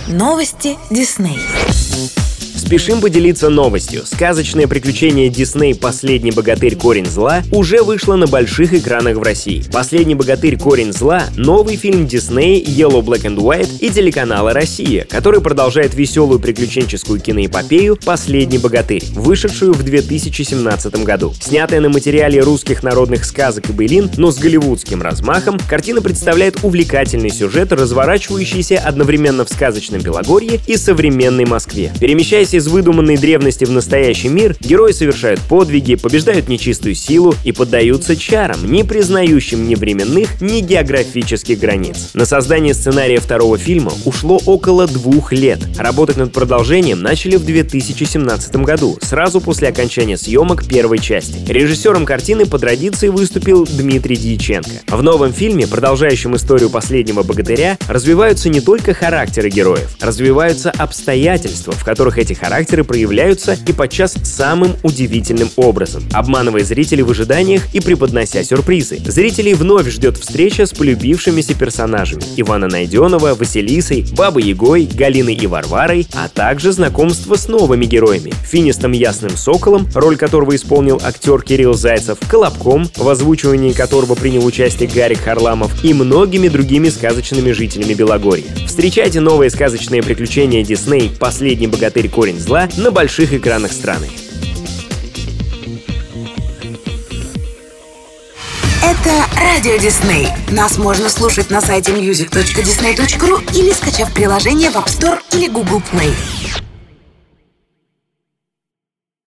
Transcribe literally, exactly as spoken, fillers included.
Новости Дисней. Спешим поделиться новостью. Сказочное приключение Дисней «Последний богатырь. Корень зла» уже вышло на больших экранах в России. «Последний богатырь. Корень зла» — новый фильм Дисней, Yellow Black and White и телеканала «Россия», который продолжает веселую приключенческую киноэпопею «Последний богатырь», вышедшую в две тысячи семнадцатом году. Снятая на материале русских народных сказок и былин, но с голливудским размахом, картина представляет увлекательный сюжет, разворачивающийся одновременно в сказочном Белогорье и современной Москве. Перемещаясь из выдуманной древности в настоящий мир, герои совершают подвиги, побеждают нечистую силу и поддаются чарам, не признающим ни временных, ни географических границ. На создание сценария второго фильма ушло около двух лет. Работать над продолжением начали в две тысячи семнадцатом году, сразу после окончания съемок первой части. Режиссером картины по традиции выступил Дмитрий Дьяченко. В новом фильме, продолжающем историю последнего богатыря, развиваются не только характеры героев, развиваются обстоятельства, в которых эти характеры проявляются и подчас самым удивительным образом, обманывая зрителей в ожиданиях и преподнося сюрпризы. Зрителей вновь ждет встреча с полюбившимися персонажами Ивана Найденова, Василисой, Бабой Ягой, Галиной и Варварой, а также знакомство с новыми героями: Финистом Ясным Соколом, роль которого исполнил актер Кирилл Зайцев, Колобком, в озвучивании которого принял участие Гарик Харламов, и многими другими сказочными жителями Белогорья. Встречайте новые сказочные приключения Дисней «Последний богатырь. Корень зла» на больших экранах страны. Это Радио Дисней. Нас можно слушать на сайте мьюзик точка дисней точка ру или скачав приложение в App Store или Google Play.